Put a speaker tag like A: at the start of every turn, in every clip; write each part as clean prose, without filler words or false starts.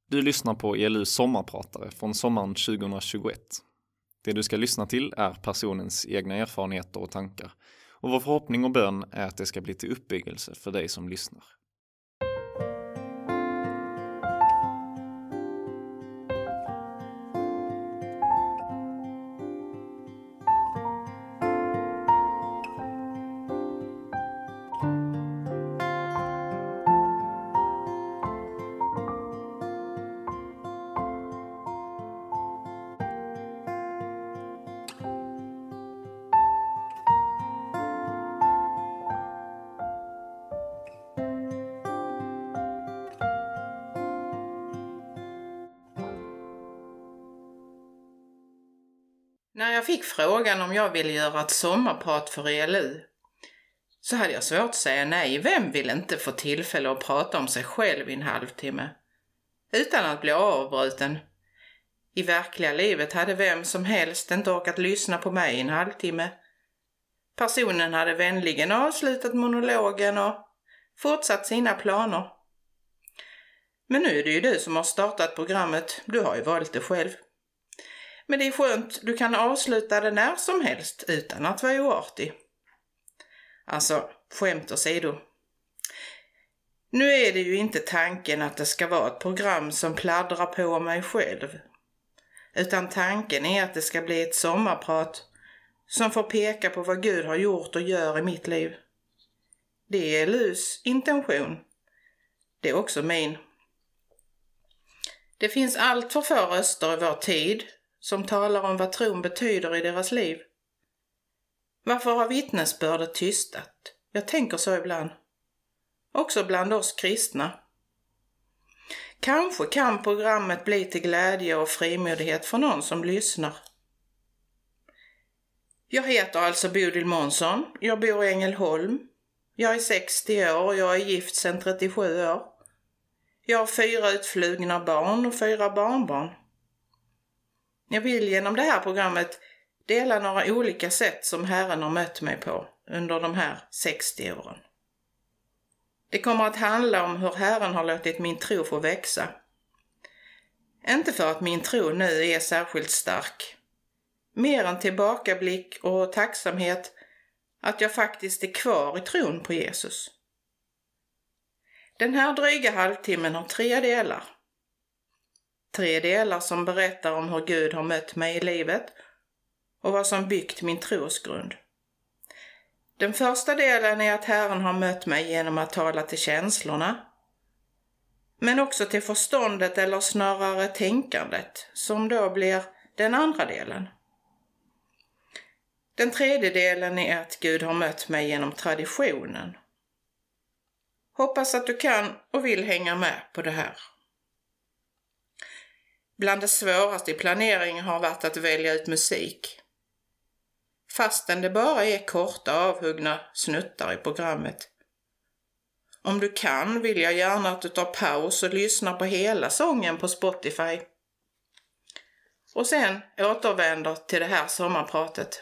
A: Du lyssnar på ELUs sommarpratare från sommaren 2021. Det du ska lyssna till är personens egna erfarenheter och tankar. Och vår förhoppning och bön är att det ska bli till uppbyggelse för dig som lyssnar.
B: När jag fick frågan om jag ville göra ett sommarprat för ELU så hade jag svårt att säga nej. Vem vill inte få tillfälle att prata om sig själv i en halvtimme utan att bli avbruten? I verkliga livet hade vem som helst inte orkat lyssna på mig i en halvtimme. Personen hade vänligen avslutat monologen och fortsatt sina planer. Men nu är det ju du som har startat programmet, du har ju valt det själv. Men det är skönt, du kan avsluta det när som helst utan att vara oartig. Alltså, skämt åsido. Nu är det ju inte tanken att det ska vara ett program som pladdrar på mig själv. Utan tanken är att det ska bli ett sommarprat som får peka på vad Gud har gjort och gör i mitt liv. Det är ELUs intention. Det är också min. Det finns allt för få röster i vår tid som talar om vad tron betyder i deras liv. Varför har vittnesbördet tystat? Jag tänker så ibland. Också bland oss kristna. Kanske kan programmet bli till glädje och frimodighet för någon som lyssnar. Jag heter alltså Bodil Månsson. Jag bor i Ängelholm. Jag är 60 år och jag är gift sedan 37 år. Jag har 4 utflugna barn och 4 barnbarn. Jag vill genom det här programmet dela några olika sätt som Herren har mött mig på under de här 60 åren. Det kommer att handla om hur Herren har låtit min tro få växa. Inte för att min tro nu är särskilt stark. Mer än tillbakablick och tacksamhet att jag faktiskt är kvar i tron på Jesus. Den här dryga halvtimmen har 3 delar. 3 delar som berättar om hur Gud har mött mig i livet och vad som byggt min trosgrund. Den första delen är att Herren har mött mig genom att tala till känslorna, men också till förståndet eller snarare tänkandet, som då blir den andra delen. Den tredje delen är att Gud har mött mig genom traditionen. Hoppas att du kan och vill hänga med på det här. Bland det svåraste i planeringen har varit att välja ut musik. Fastän det bara är korta avhuggna snuttar i programmet. Om du kan vill jag gärna att du tar paus och lyssnar på hela sången på Spotify. Och sen återvänder till det här sommarpratet.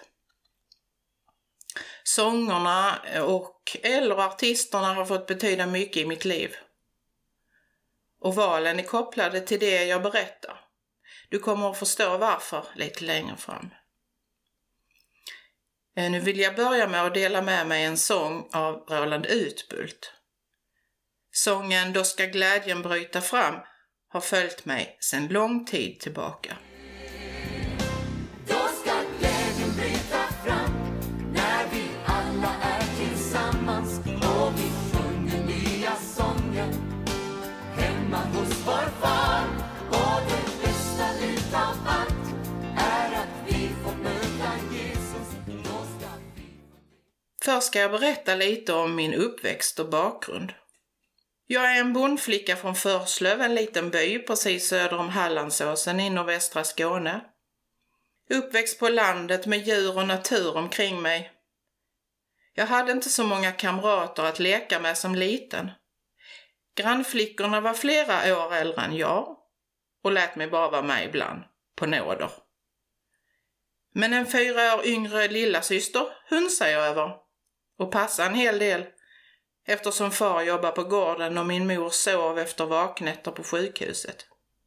B: Sångerna eller artisterna har fått betyda mycket i mitt liv. Och valen är kopplade till det jag berättar. Du kommer att förstå varför lite längre fram. Nu vill jag börja med att dela med mig en sång av Roland Utbult. Sången Då ska glädjen bryta fram har följt mig sedan lång tid tillbaka.
C: Då ska glädjen bryta fram när vi alla är tillsammans och vi sjunger nya sånger hemma hos vår far. Och det bästa utav allt är att vi får möta Jesus. Då ska vi...
B: Först ska jag berätta lite om min uppväxt och bakgrund. Jag är en bondflicka från Förslöv, en liten by precis söder om Hallandsåsen i nordvästra Skåne. Uppväxt på landet med djur och natur omkring mig. Jag hade inte så många kamrater att leka med som liten. Grannflickorna var flera år äldre än jag och lät mig bara vara med ibland, på nåder. Men en 4 år yngre lilla syster hunsade jag över och passade en hel del eftersom far jobbade på gården och min mor sov efter vaknätter på sjukhuset.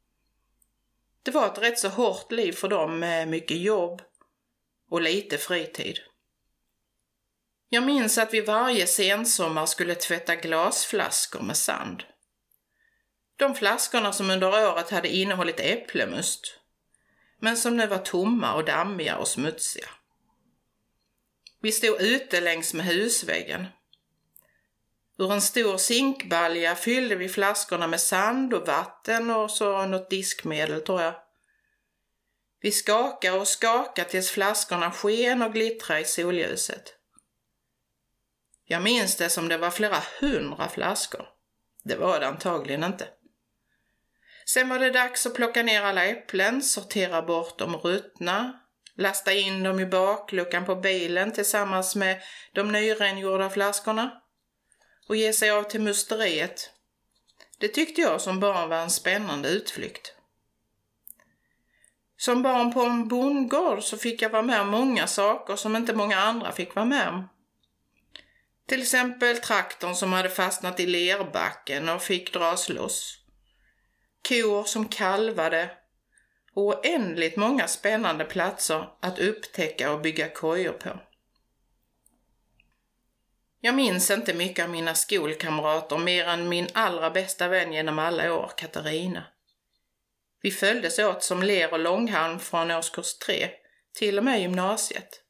B: Det var ett rätt så hårt liv för dem med mycket jobb och lite fritid. Jag minns att vi varje sensommar skulle tvätta glasflaskor med sand. De flaskorna som under året hade innehållit äpplemust, men som nu var tomma och dammiga och smutsiga. Vi stod ute längs med husväggen. Ur en stor zinkbalja fyllde vi flaskorna med sand och vatten och så något diskmedel, tror jag. Vi skakade och skakade tills flaskorna sken och glittrade i solljuset. Jag minns det som det var flera 100 flaskor. Det var det antagligen inte. Sen var det dags att plocka ner alla äpplen, sortera bort de ruttna, lasta in dem i bakluckan på bilen tillsammans med de nyrengjorda flaskorna och ge sig av till musteriet. Det tyckte jag som barn var en spännande utflykt. Som barn på en bondgård så fick jag vara med om många saker som inte många andra fick vara med om. Till exempel traktorn som hade fastnat i lerbacken och fick dras loss. Kor som kalvade och oändligt många spännande platser att upptäcka och bygga kojor på. Jag minns inte mycket av mina skolkamrater mer än min allra bästa vän genom alla år, Katarina. Vi följdes åt som ler och långhalm från årskurs 3 till och med gymnasiet.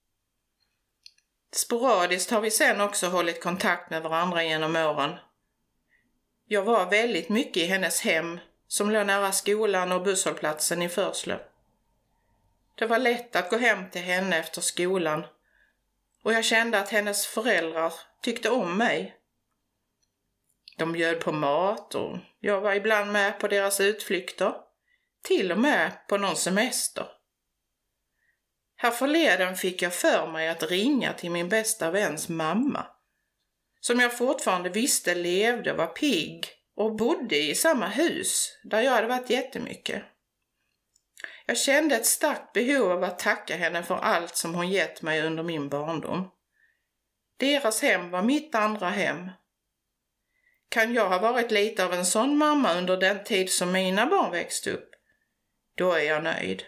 B: Sporadiskt har vi sen också hållit kontakt med varandra genom åren. Jag var väldigt mycket i hennes hem som låg nära skolan och busshållplatsen i Förslöv. Det var lätt att gå hem till henne efter skolan och jag kände att hennes föräldrar tyckte om mig. De bjöd på mat och jag var ibland med på deras utflykter, till och med på någon semester. Härförleden fick jag för mig att ringa till min bästa väns mamma, som jag fortfarande visste levde, var pigg och bodde i samma hus där jag hade varit jättemycket. Jag kände ett starkt behov av att tacka henne för allt som hon gett mig under min barndom. Deras hem var mitt andra hem. Kan jag ha varit lite av en sån mamma under den tid som mina barn växte upp? Då är jag nöjd.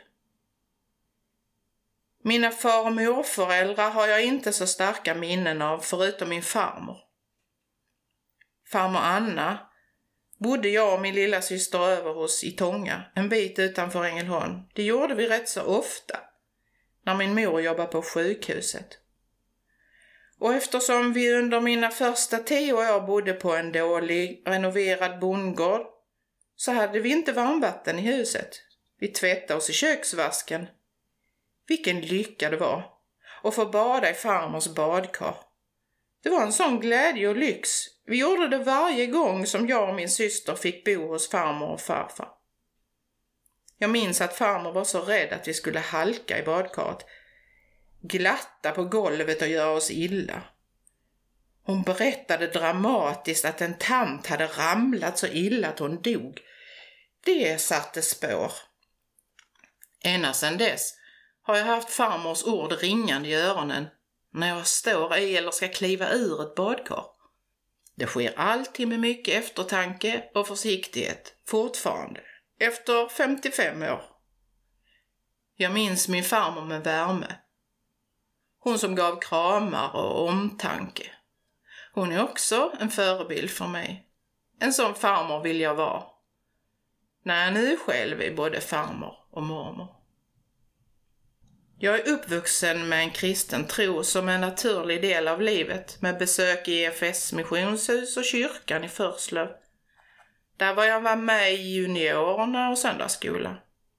B: Mina far- och morföräldrar har jag inte så starka minnen av förutom min farmor. Farmor Anna bodde jag och min lilla syster över hos i Tånga, en bit utanför Ängelholm. Det gjorde vi rätt så ofta när min mor jobbade på sjukhuset. Och eftersom vi under mina första 10 år bodde på en dålig renoverad bondgård så hade vi inte varmvatten i huset. Vi tvättade oss i köksvasken. Vilken lycka det var att få bada i farmors badkar. Det var en sån glädje och lyx. Vi gjorde det varje gång som jag och min syster fick bo hos farmor och farfar. Jag minns att farmor var så rädd att vi skulle halka i badkaret, glatta på golvet och göra oss illa. Hon berättade dramatiskt att en tant hade ramlat så illa att hon dog. Det satte spår. Ända sedan dess har jag haft farmors ord ringande i öronen när jag står i eller ska kliva ur ett badkar. Det sker alltid med mycket eftertanke och försiktighet, fortfarande, efter 55 år. Jag minns min farmor med värme. Hon som gav kramar och omtanke. Hon är också en förebild för mig. En sån farmor vill jag vara. När jag nu själv är både farmor och mormor. Jag är uppvuxen med en kristen tro som en naturlig del av livet med besök i EFS missionshus och kyrkan i Förslöv. Där var jag med i juniorerna och söndagsskola.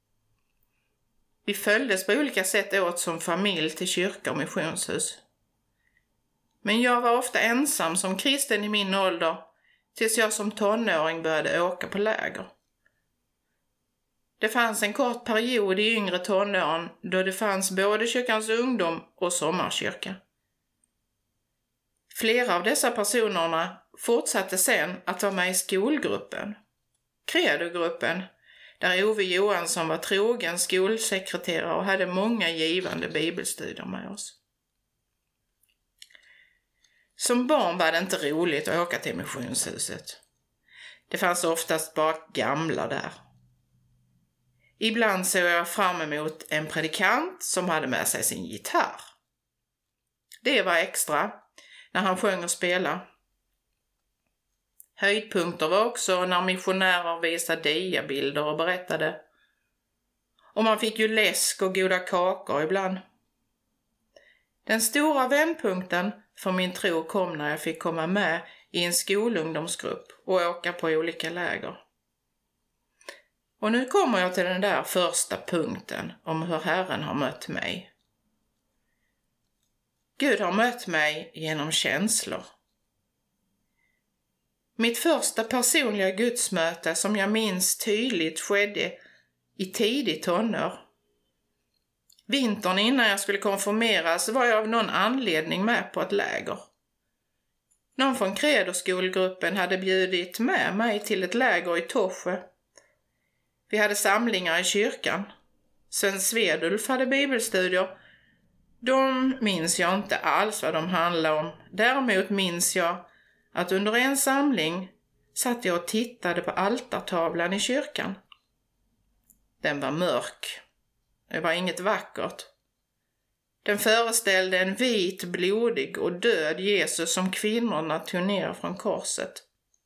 B: Vi följdes på olika sätt åt som familj till kyrka och missionshus. Men jag var ofta ensam som kristen i min ålder tills jag som tonåring började åka på läger. Det fanns en kort period i yngre tonåren då det fanns både kyrkans ungdom och sommarkyrka. Flera av dessa personerna fortsatte sen att vara med i skolgruppen, Credo-gruppen, där Ove Johansson var trogen skolsekreterare och hade många givande bibelstudier med oss. Som barn var det inte roligt att åka till missionshuset. Det fanns oftast bara gamla där. Ibland såg jag fram emot en predikant som hade med sig sin gitarr. Det var extra när han sjöng och spelade. Höjdpunkter var också när missionärer visade diabilder och berättade. Och man fick ju läsk och goda kakor ibland. Den stora vändpunkten för min tro kom när jag fick komma med i en skolungdomsgrupp och åka på olika läger. Och nu kommer jag till den där första punkten om hur Herren har mött mig. Gud har mött mig genom känslor. Mitt första personliga gudsmöte som jag minns tydligt skedde i tidigt tonår. Vintern innan jag skulle konfirmeras var jag av någon anledning med på ett läger. Någon från Credo-skolgruppen hade bjudit med mig till ett läger i Torsjö. Vi hade samlingar i kyrkan. Sven Svedulf hade bibelstudier. De minns jag inte alls vad de handlade om. Däremot minns jag att under en samling satt jag och tittade på altartavlan i kyrkan. Den var mörk. Det var inget vackert. Den föreställde en vit, blodig och död Jesus som kvinnorna tog ner från korset.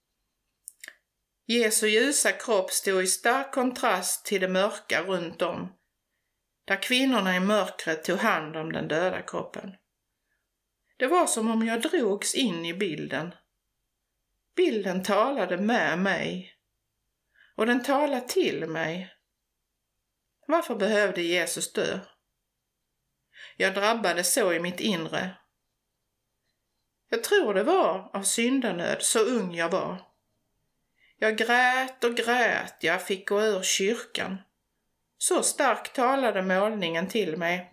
B: Jesu ljusa kropp stod i stark kontrast till det mörka runt om, där kvinnorna i mörkret tog hand om den döda kroppen. Det var som om jag drogs in i bilden. Bilden talade med mig, och den talade till mig. Varför behövde Jesus dö? Jag drabbades så i mitt inre. Jag tror det var av syndanöd, så ung jag var. Jag grät och grät, jag fick gå ur kyrkan. Så starkt talade målningen till mig.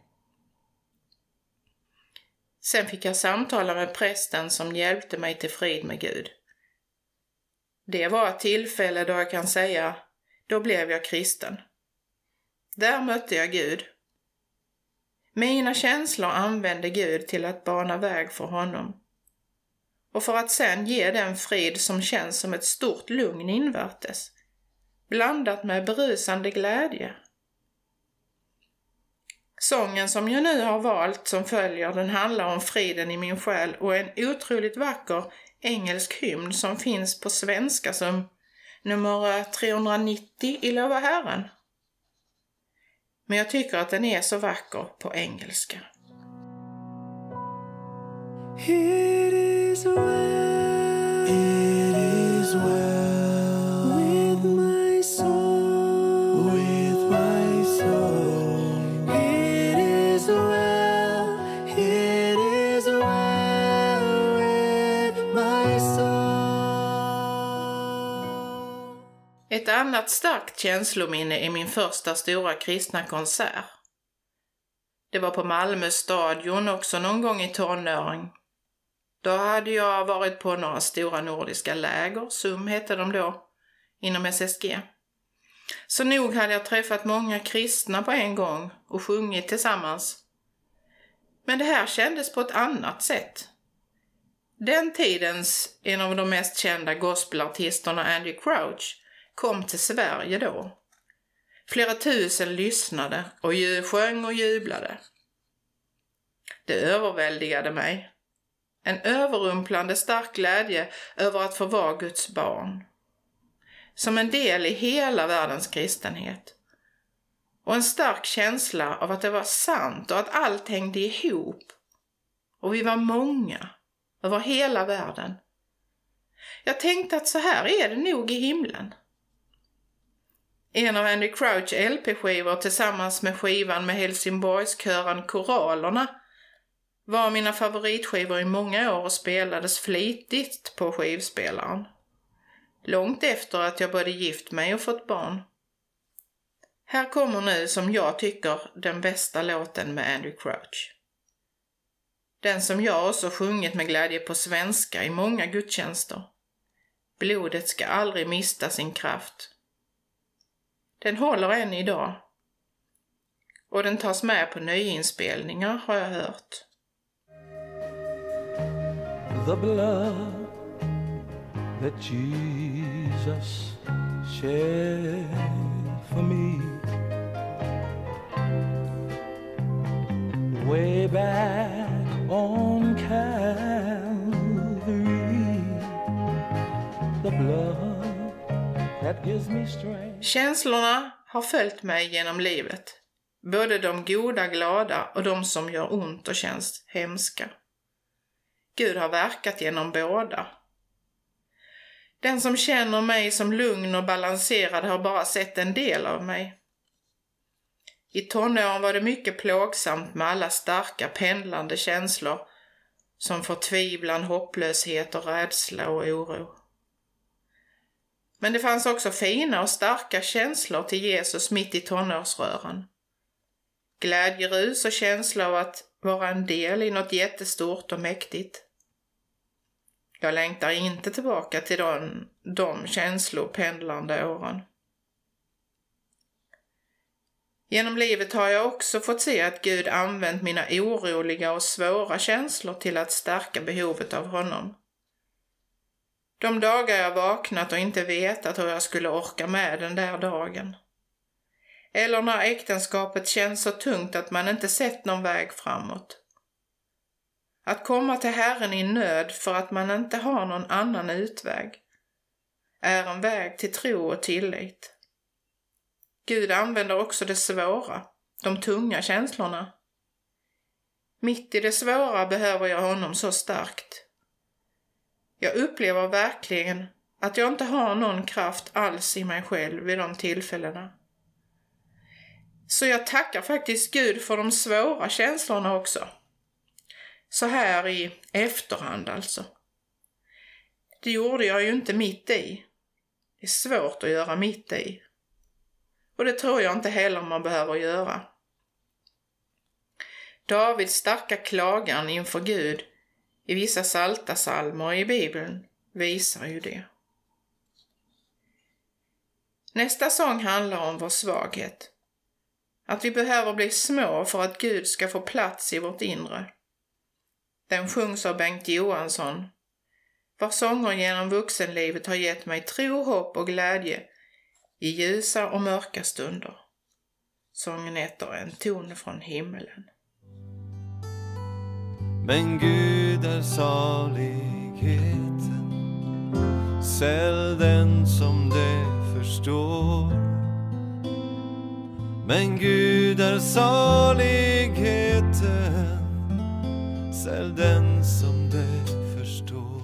B: Sen fick jag samtala med prästen som hjälpte mig till frid med Gud. Det var ett tillfälle då jag kan säga, då blev jag kristen. Där mötte jag Gud. Mina känslor använde Gud till att bana väg för honom. Och för att sen ge den frid som känns som ett stort lugn invärtes, blandat med berusande glädje. Sången som jag nu har valt som följer, den handlar om friden i min själ och en otroligt vacker engelsk hymn som finns på svenska som nummer 390 i Lova Herren. Men jag tycker att den är så vacker på engelska.
C: It is well with my soul, with my soul. It is well with my soul.
B: Ett annat starkt känslominne är min första stora kristna konsert. Det var på Malmö stadion också någon gång i tonåring. Då hade jag varit på några stora nordiska läger, SUM hette de då, inom SSG. Så nog hade jag träffat många kristna på en gång och sjungit tillsammans. Men det här kändes på ett annat sätt. Den tidens en av de mest kända gospelartisterna, Andy Crouch, kom till Sverige då. Flera tusen lyssnade och sjöng och jublade. Det överväldigade mig. En överrumplande stark glädje över att få vara Guds barn. Som en del i hela världens kristenhet. Och en stark känsla av att det var sant och att allt hängde ihop. Och vi var många över hela världen. Jag tänkte att så här är det nog i himlen. En av Andy Crouch LP-skivor tillsammans med skivan med Helsingborgskören Koralerna var mina favoritskivor i många år och spelades flitigt på skivspelaren. Långt efter att jag både gift mig och fått barn. Här kommer nu, som jag tycker, den bästa låten med Andy Crouch. Den som jag också sjungit med glädje på svenska i många gudstjänster. Blodet ska aldrig mista sin kraft. Den håller än idag. Och den tas med på nyinspelningar har jag hört.
D: The blood that Jesus shed for me way back on Calvary. The blood that gives me strength.
B: Känslorna har följt mig genom livet. Både de goda, glada och de som gör ont och känns hemska. Gud har verkat genom båda. Den som känner mig som lugn och balanserad har bara sett en del av mig. I tonåren var det mycket plågsamt med alla starka pendlande känslor som förtvivlan, hopplöshet och rädsla och oro. Men det fanns också fina och starka känslor till Jesus mitt i tonårsrören. Glädjerus och känsla av att vara en del i något jättestort och mäktigt. Jag längtar inte tillbaka till de känslopendlande åren. Genom livet har jag också fått se att Gud använt mina oroliga och svåra känslor till att stärka behovet av honom. De dagar jag vaknat och inte vetat hur jag skulle orka med den där dagen. Eller när äktenskapet känns så tungt att man inte sett någon väg framåt. Att komma till Herren i nöd för att man inte har någon annan utväg är en väg till tro och tillit. Gud använder också det svåra, de tunga känslorna. Mitt i det svåra behöver jag honom så starkt. Jag upplever verkligen att jag inte har någon kraft alls i mig själv vid de tillfällena. Så jag tackar faktiskt Gud för de svåra känslorna också. Så här i efterhand alltså. Det gjorde jag ju inte mitt i. Det är svårt att göra mitt i. Och det tror jag inte heller man behöver göra. Davids starka klagan inför Gud i vissa psaltarpsalmer i Bibeln visar ju det. Nästa sång handlar om vår svaghet. Att vi behöver bli små för att Gud ska få plats i vårt inre. Den sjungs av Bengt Johansson, vars sånger genom vuxenlivet har gett mig tro, hopp och glädje i ljusa och mörka stunder. Sången heter En ton från himmelen.
E: Men Gud är saligheten, säll den som det förstår. Men Gud är saligheten, säll den som det förstår.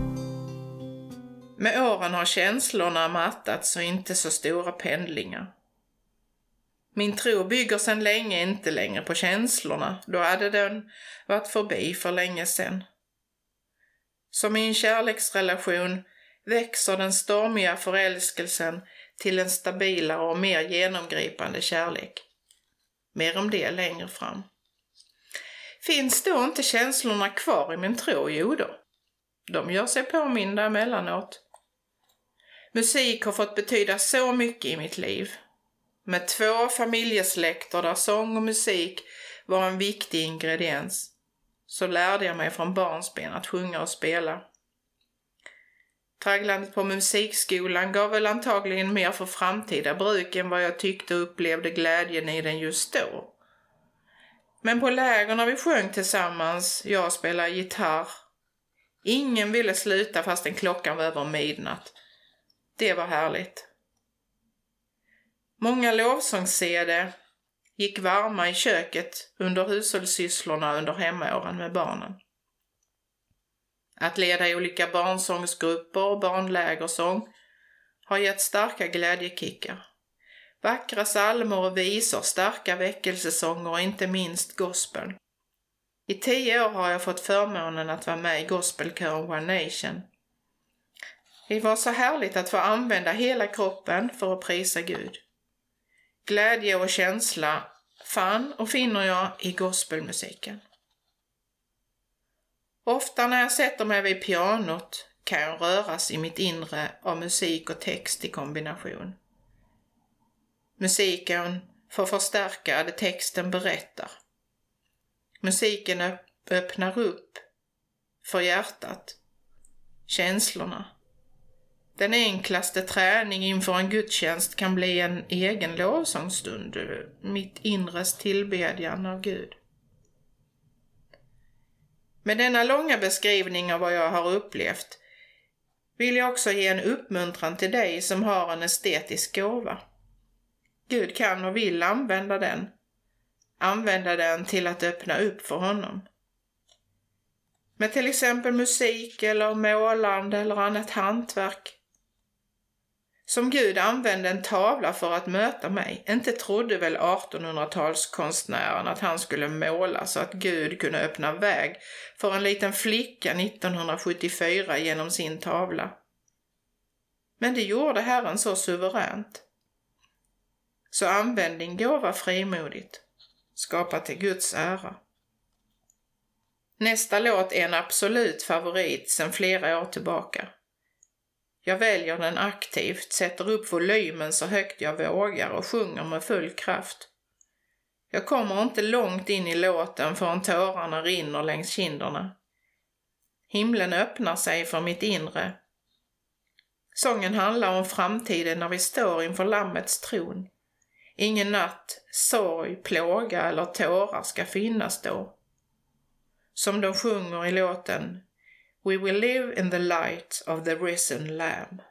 B: Med åren har känslorna mattats och inte så stora pendlingar. Min tro bygger sedan länge inte längre på känslorna, då hade den varit förbi för länge sedan. Som i en kärleksrelation växer den stormiga förälskelsen till en stabilare och mer genomgripande kärlek. Mer om det längre fram. Finns då inte känslorna kvar i min tro? Jo då. De gör sig påminda emellanåt. Musik har fått betyda så mycket i mitt liv. Med 2 familjesläkter där sång och musik var en viktig ingrediens, så lärde jag mig från barnsben att sjunga och spela. Tragglandet på musikskolan gav väl antagligen mer för framtida bruk än vad jag tyckte och upplevde glädjen i den just då. Men på läger när vi sjöng tillsammans, jag spelade gitarr. Ingen ville sluta fastän klockan var över midnatt. Det var härligt. Många lovsångscd gick varma i köket under hushållssysslorna under hemmaåren med barnen. Att leda i olika barnsångsgrupper och barnlägersång har gett starka glädjekickar. Vackra psalmer och visor, starka väckelsesånger och inte minst gospel. I 10 år har jag fått förmånen att vara med i gospelkören One Nation. Det var så härligt att få använda hela kroppen för att prisa Gud. Glädje och känsla fann och finner jag i gospelmusiken. Ofta när jag sätter mig vid pianot kan jag röras i mitt inre av musik och text i kombination. Musiken får förstärka det texten berättar. Musiken öppnar upp för hjärtat, känslorna. Den enklaste träning inför en gudstjänst kan bli en egen lovsångsstund, mitt inres tillbedjan av Gud. Med denna långa beskrivning av vad jag har upplevt vill jag också ge en uppmuntran till dig som har en estetisk gåva. Gud kan och vill använda den. Använda den till att öppna upp för honom. Med till exempel musik eller målande eller annat hantverk. Som Gud använde en tavla för att möta mig. Inte trodde väl 1800-talskonstnären att han skulle måla så att Gud kunde öppna väg för en liten flicka 1974 genom sin tavla. Men det gjorde Herren så suveränt. Så använd din gåva frimodigt. Skapa till Guds ära. Nästa låt är en absolut favorit sedan flera år tillbaka. Jag väljer den aktivt, sätter upp volymen så högt jag vågar och sjunger med full kraft. Jag kommer inte långt in i låten förrän tårarna rinner längs kinderna. Himlen öppnar sig för mitt inre. Sången handlar om framtiden när vi står inför Lammets tron. Ingen natt, sorg, plåga eller tårar ska finnas då. Som de sjunger i låten We will live in the light of the risen lamb.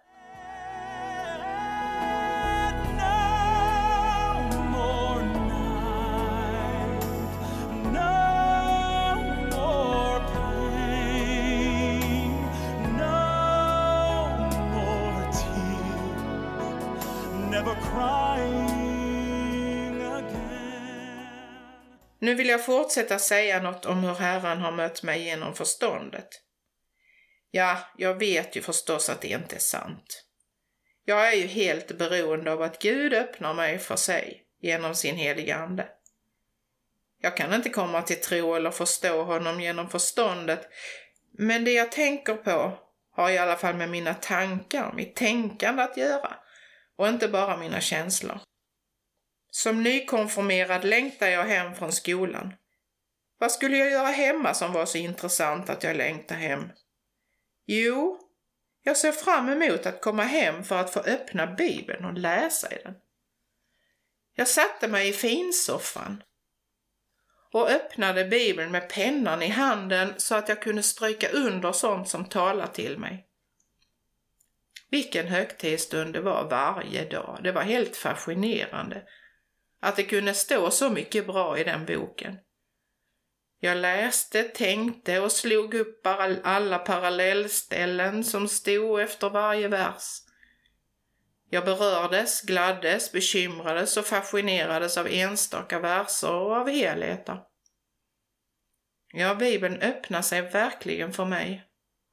B: Nu vill jag fortsätta säga något om hur Herren har mött mig genom förståndet. Ja, jag vet ju förstås att det inte är sant. Jag är ju helt beroende av att Gud öppnar mig för sig genom sin heliga ande. Jag kan inte komma till tro eller förstå honom genom förståndet, men det jag tänker på har i alla fall med mina tankar, mitt tänkande att göra och inte bara mina känslor. Som nykonformerad längtar jag hem från skolan. Vad skulle jag göra hemma som var så intressant att jag längtar hem? Jo, jag ser fram emot att komma hem för att få öppna Bibeln och läsa i den. Jag satte mig i finsoffan och öppnade Bibeln med pennan i handen så att jag kunde stryka under sånt som talar till mig. Vilken högtidsstund det var varje dag. Det var helt fascinerande att det kunde stå så mycket bra i den boken. Jag läste, tänkte och slog upp alla parallellställen som stod efter varje vers. Jag berördes, gladdes, bekymrades och fascinerades av enstaka verser och av helheter. Ja, Bibeln öppnade sig verkligen för mig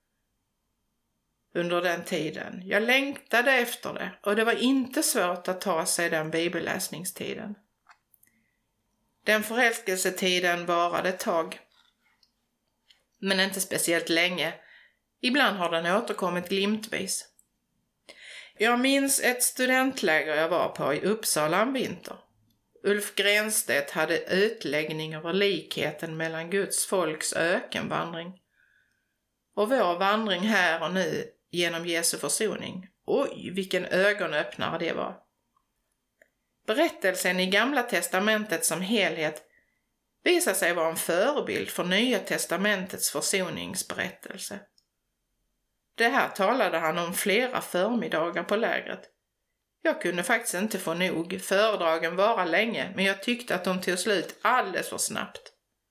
B: under den tiden. Jag längtade efter det och det var inte svårt att ta sig den bibelläsningstiden. Den förälskelsetiden varade ett tag, men inte speciellt länge. Ibland har den återkommit glimtvis. Jag minns ett studentläger jag var på i Uppsala en vinter. Ulf Grenstedt hade utläggning över likheten mellan Guds folks ökenvandring och vår vandring här och nu genom Jesu försoning. Oj, vilken ögonöppnare det var. Berättelsen i Gamla testamentet som helhet visar sig vara en förebild för Nya testamentets försoningsberättelse. Det här talade han om flera förmiddagar på lägret. Jag kunde faktiskt inte få nog. Föredragen var länge, men jag tyckte att de tog slut alldeles för snabbt.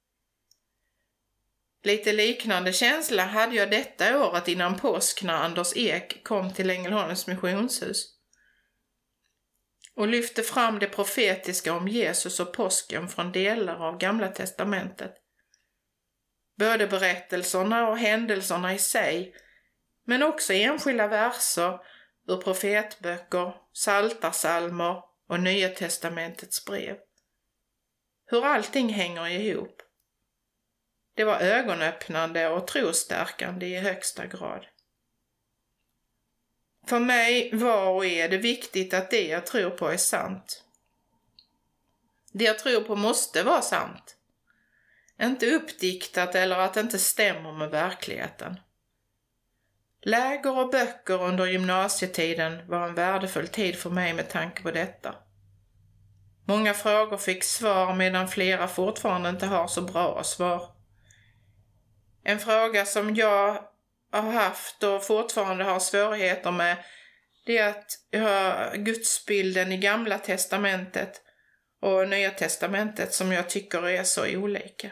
B: Lite liknande känsla hade jag detta året innan påsk när Anders Ek kom till Ängelholms missionshus och lyfte fram det profetiska om Jesus och påsken från delar av Gamla testamentet. Både berättelserna och händelserna i sig, men också enskilda verser ur profetböcker, psaltarpsalmer och Nya testamentets brev. Hur allting hänger ihop. Det var ögonöppnande och trostärkande i högsta grad. För mig var och är det viktigt att det jag tror på är sant. Det jag tror på måste vara sant. Inte uppdiktat eller att det inte stämmer med verkligheten. Läger och böcker under gymnasietiden var en värdefull tid för mig med tanke på detta. Många frågor fick svar medan flera fortfarande inte har så bra svar. En fråga som jag har haft och fortfarande har svårigheter med, det är att jag har gudsbilden i Gamla testamentet och Nya testamentet som jag tycker är så olika.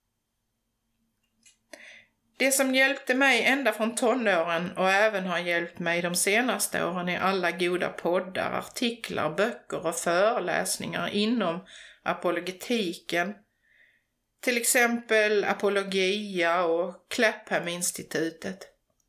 B: Det som hjälpte mig ända från tonåren och även har hjälpt mig de senaste åren är alla goda poddar, artiklar, böcker och föreläsningar inom apologetiken. Till exempel Apologia och Clapham-institutet.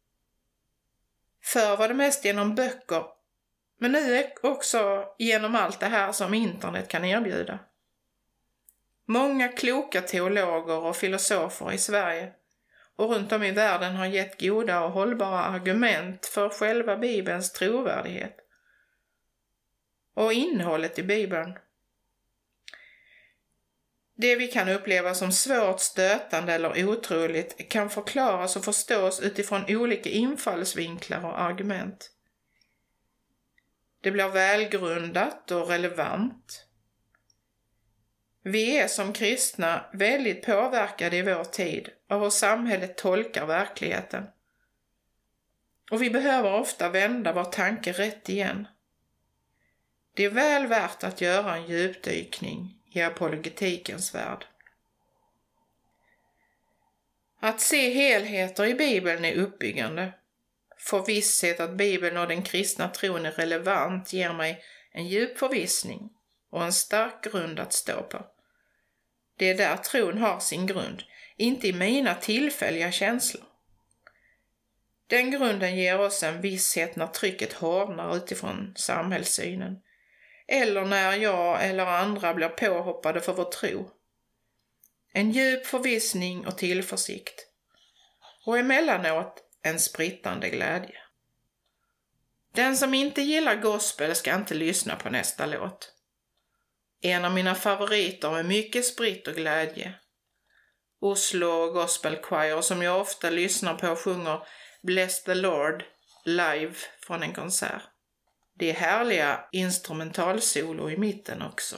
B: Förr var det mest genom böcker, men nu är också genom allt det här som internet kan erbjuda. Många kloka teologer och filosofer i Sverige och runt om i världen har gett goda och hållbara argument för själva Bibelns trovärdighet och innehållet i Bibeln. Det vi kan uppleva som svårt, stötande eller otroligt kan förklaras och förstås utifrån olika infallsvinklar och argument. Det blir välgrundat och relevant. Vi är som kristna väldigt påverkade i vår tid av hur samhället tolkar verkligheten. Och vi behöver ofta vända vår tanke rätt igen. Det är väl värt att göra en djupdykning i apologetikens värld. Att se helheter i Bibeln är uppbyggande. Få visshet att Bibeln och den kristna tron är relevant ger mig en djup förvissning och en stark grund att stå på. Det är där tron har sin grund, inte i mina tillfälliga känslor. Den grunden ger oss en visshet när trycket hårdnar utifrån samhällssynen, eller när jag eller andra blir påhoppade för vår tro. En djup förvissning och tillförsikt, och emellanåt en sprittande glädje. Den som inte gillar gospel ska inte lyssna på nästa låt. En av mina favoriter med mycket spritt och glädje. Oslo Gospel Choir, som jag ofta lyssnar på, sjunger Bless the Lord live från en konsert. Det är härliga instrumentalsolo i mitten också.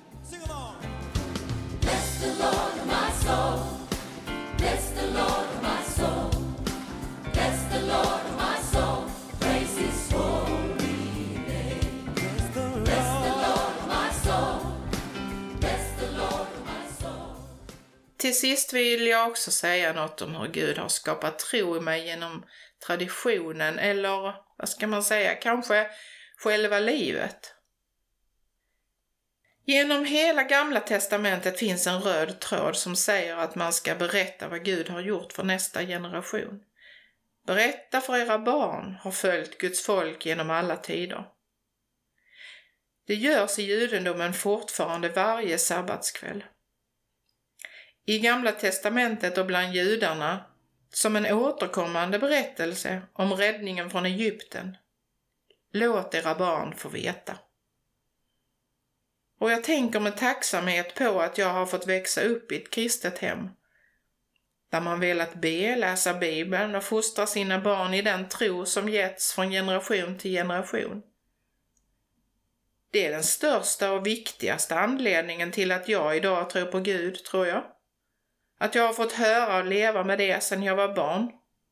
C: Bless the Lord, my soul. Bless the Lord, my soul. Bless the Lord, my soul. Praise his holy name. Bless the Lord, my soul. Bless the Lord, my soul.
B: Till sist vill jag också säga något om hur Gud har skapat tro i mig genom traditionen, eller vad ska man säga, kanske själva livet. Genom hela Gamla testamentet finns en röd tråd som säger att man ska berätta vad Gud har gjort för nästa generation. Berätta för era barn har följt Guds folk genom alla tider. Det görs i judendomen fortfarande varje sabbatskväll. I Gamla testamentet och bland judarna som en återkommande berättelse om räddningen från Egypten. Låt era barn få veta. Och jag tänker med tacksamhet på att jag har fått växa upp i ett kristet hem, där man velat be, läsa Bibeln och fostra sina barn i den tro som getts från generation till generation. Det är den största och viktigaste anledningen till att jag idag tror på Gud, tror jag. Att jag har fått höra och leva med det sedan jag var barn.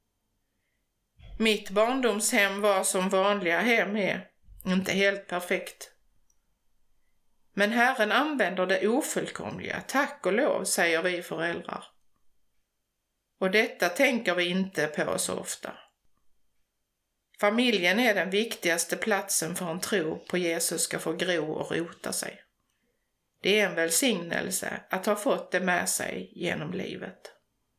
B: Mitt barndomshem var som vanliga hem är, inte helt perfekt. Men Herren använder det ofullkomliga, tack och lov, säger vi föräldrar. Och detta tänker vi inte på så ofta. Familjen är den viktigaste platsen för en tro på Jesus ska få gro och rota sig. Det är en välsignelse att ha fått det med sig genom livet.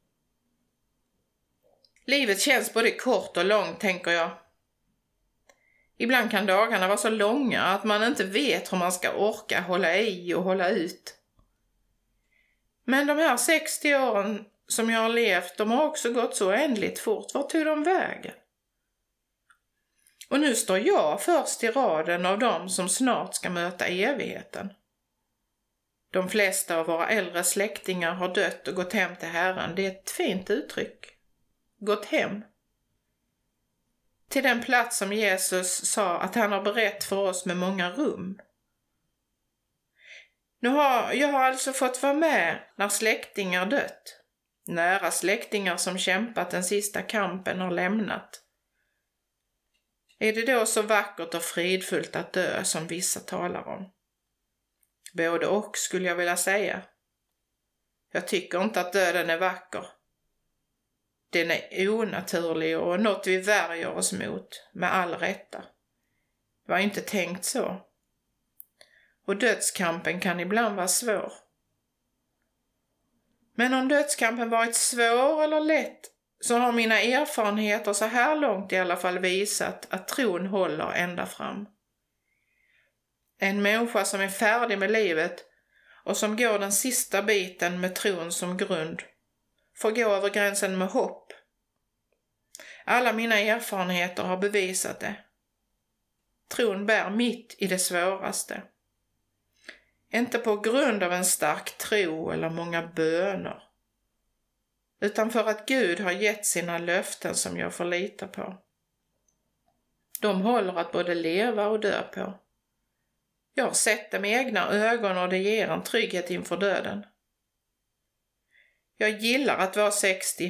B: Livet känns både kort och långt, tänker jag. Ibland kan dagarna vara så långa att man inte vet hur man ska orka hålla i och hålla ut. Men de här 60 åren som jag har levt, de har också gått så oändligt fort. Vart tog de vägen? Och nu står jag först i raden av dem som snart ska möta evigheten. De flesta av våra äldre släktingar har dött och gått hem till Herren. Det är ett fint uttryck. Gått hem. Till den plats som Jesus sa att han har berett för oss med många rum. Jag har alltså fått vara med när släktingar dött. Nära släktingar som kämpat den sista kampen har lämnat. Är det då så vackert och fridfullt att dö som vissa talar om? Både och skulle jag vilja säga. Jag tycker inte att döden är vacker. Den är onaturlig och något vi värjer oss mot, med all rätta. Det var inte tänkt så. Och dödskampen kan ibland vara svår. Men om dödskampen varit svår eller lätt, så har mina erfarenheter så här långt i alla fall visat att tron håller ända fram. En människa som är färdig med livet och som går den sista biten med tron som grund får gå över gränsen med hopp. Alla mina erfarenheter har bevisat det. Tron bär mitt i det svåraste. Inte på grund av en stark tro eller många böner, utan för att Gud har gett sina löften som jag får lita på. De håller att både leva och dö på. Jag har sett det med egna ögon och det ger en trygghet inför döden. Jag gillar att vara 60.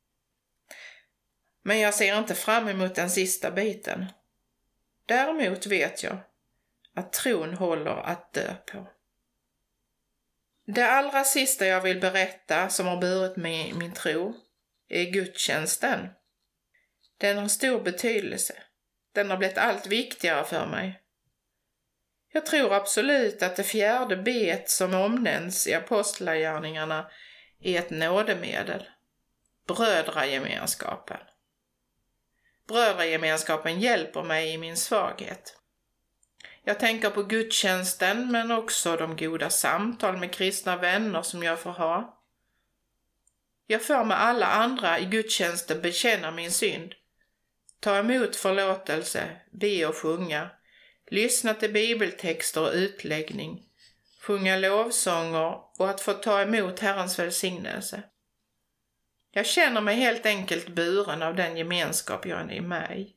B: Men jag ser inte fram emot den sista biten. Däremot vet jag att tron håller att dö på. Det allra sista jag vill berätta som har burit mig i min tro är gudstjänsten. Den har stor betydelse. Den har blivit allt viktigare för mig. Jag tror absolut att det 4:e bet som omnämns i apostlagärningarna är ett nådemedel. Brödragemenskapen. Brödragemenskapen hjälper mig i min svaghet. Jag tänker på gudstjänsten men också de goda samtal med kristna vänner som jag får ha. Jag får med alla andra i gudstjänsten bekänna min synd. Ta emot förlåtelse, be och sjunga. Lyssna till bibeltexter och utläggning. Sjunga lovsånger och att få ta emot Herrens välsignelse. Jag känner mig helt enkelt buren av den gemenskap jag är med i.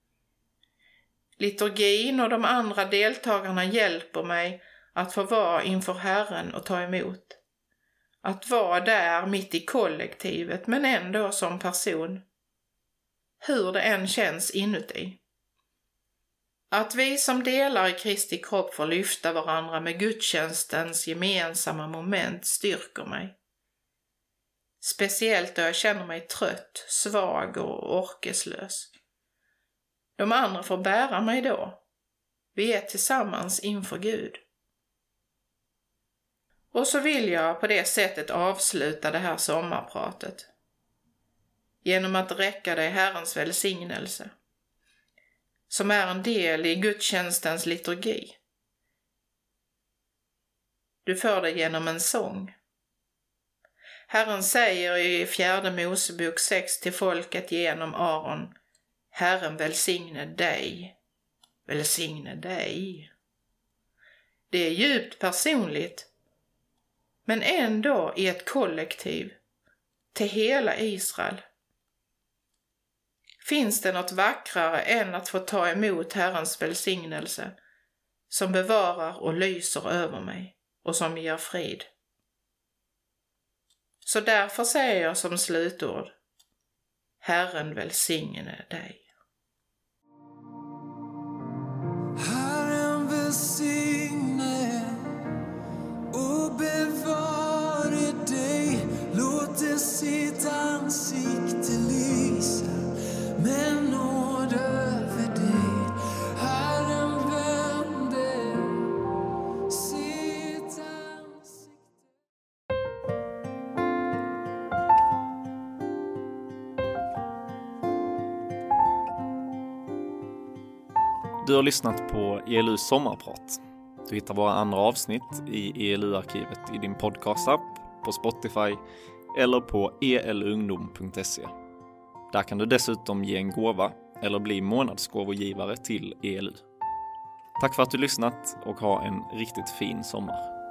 B: Liturgin och de andra deltagarna hjälper mig att få vara inför Herren och ta emot. Att vara där mitt i kollektivet men ändå som person. Hur det än känns inuti. Att vi som delar i Kristi kropp får lyfta varandra med gudstjänstens gemensamma moment styrker mig. Speciellt då jag känner mig trött, svag och orkeslös. De andra får bära mig då. Vi är tillsammans inför Gud. Och så vill jag på det sättet avsluta det här sommarpratet. Genom att räcka dig Herrens välsignelse. Som är en del i gudstjänstens liturgi. Du får det genom en sång. Herren säger i 4 Mosebok 6 till folket genom Aron: Herren välsigne dig, välsigne dig. Det är djupt personligt, men ändå i ett kollektiv, till hela Israel. Finns det något vackrare än att få ta emot Herrens välsignelse, som bevarar och lyser över mig och som ger frid? Så därför säger jag som slutord: Herren välsigne dig.
E: Herren välsigne och bevare dig. Låt sitt ansikte lysa med nåd över dig. Herren vände sitt ansikte.
A: Du har lyssnat på ELUs sommarprat. Du hittar våra andra avsnitt i ELU-arkivet i din podcastapp, på Spotify eller på elungdom.se. Där kan du dessutom ge en gåva eller bli månadsgåvogivare till ELU. Tack för att du lyssnat och ha en riktigt fin sommar.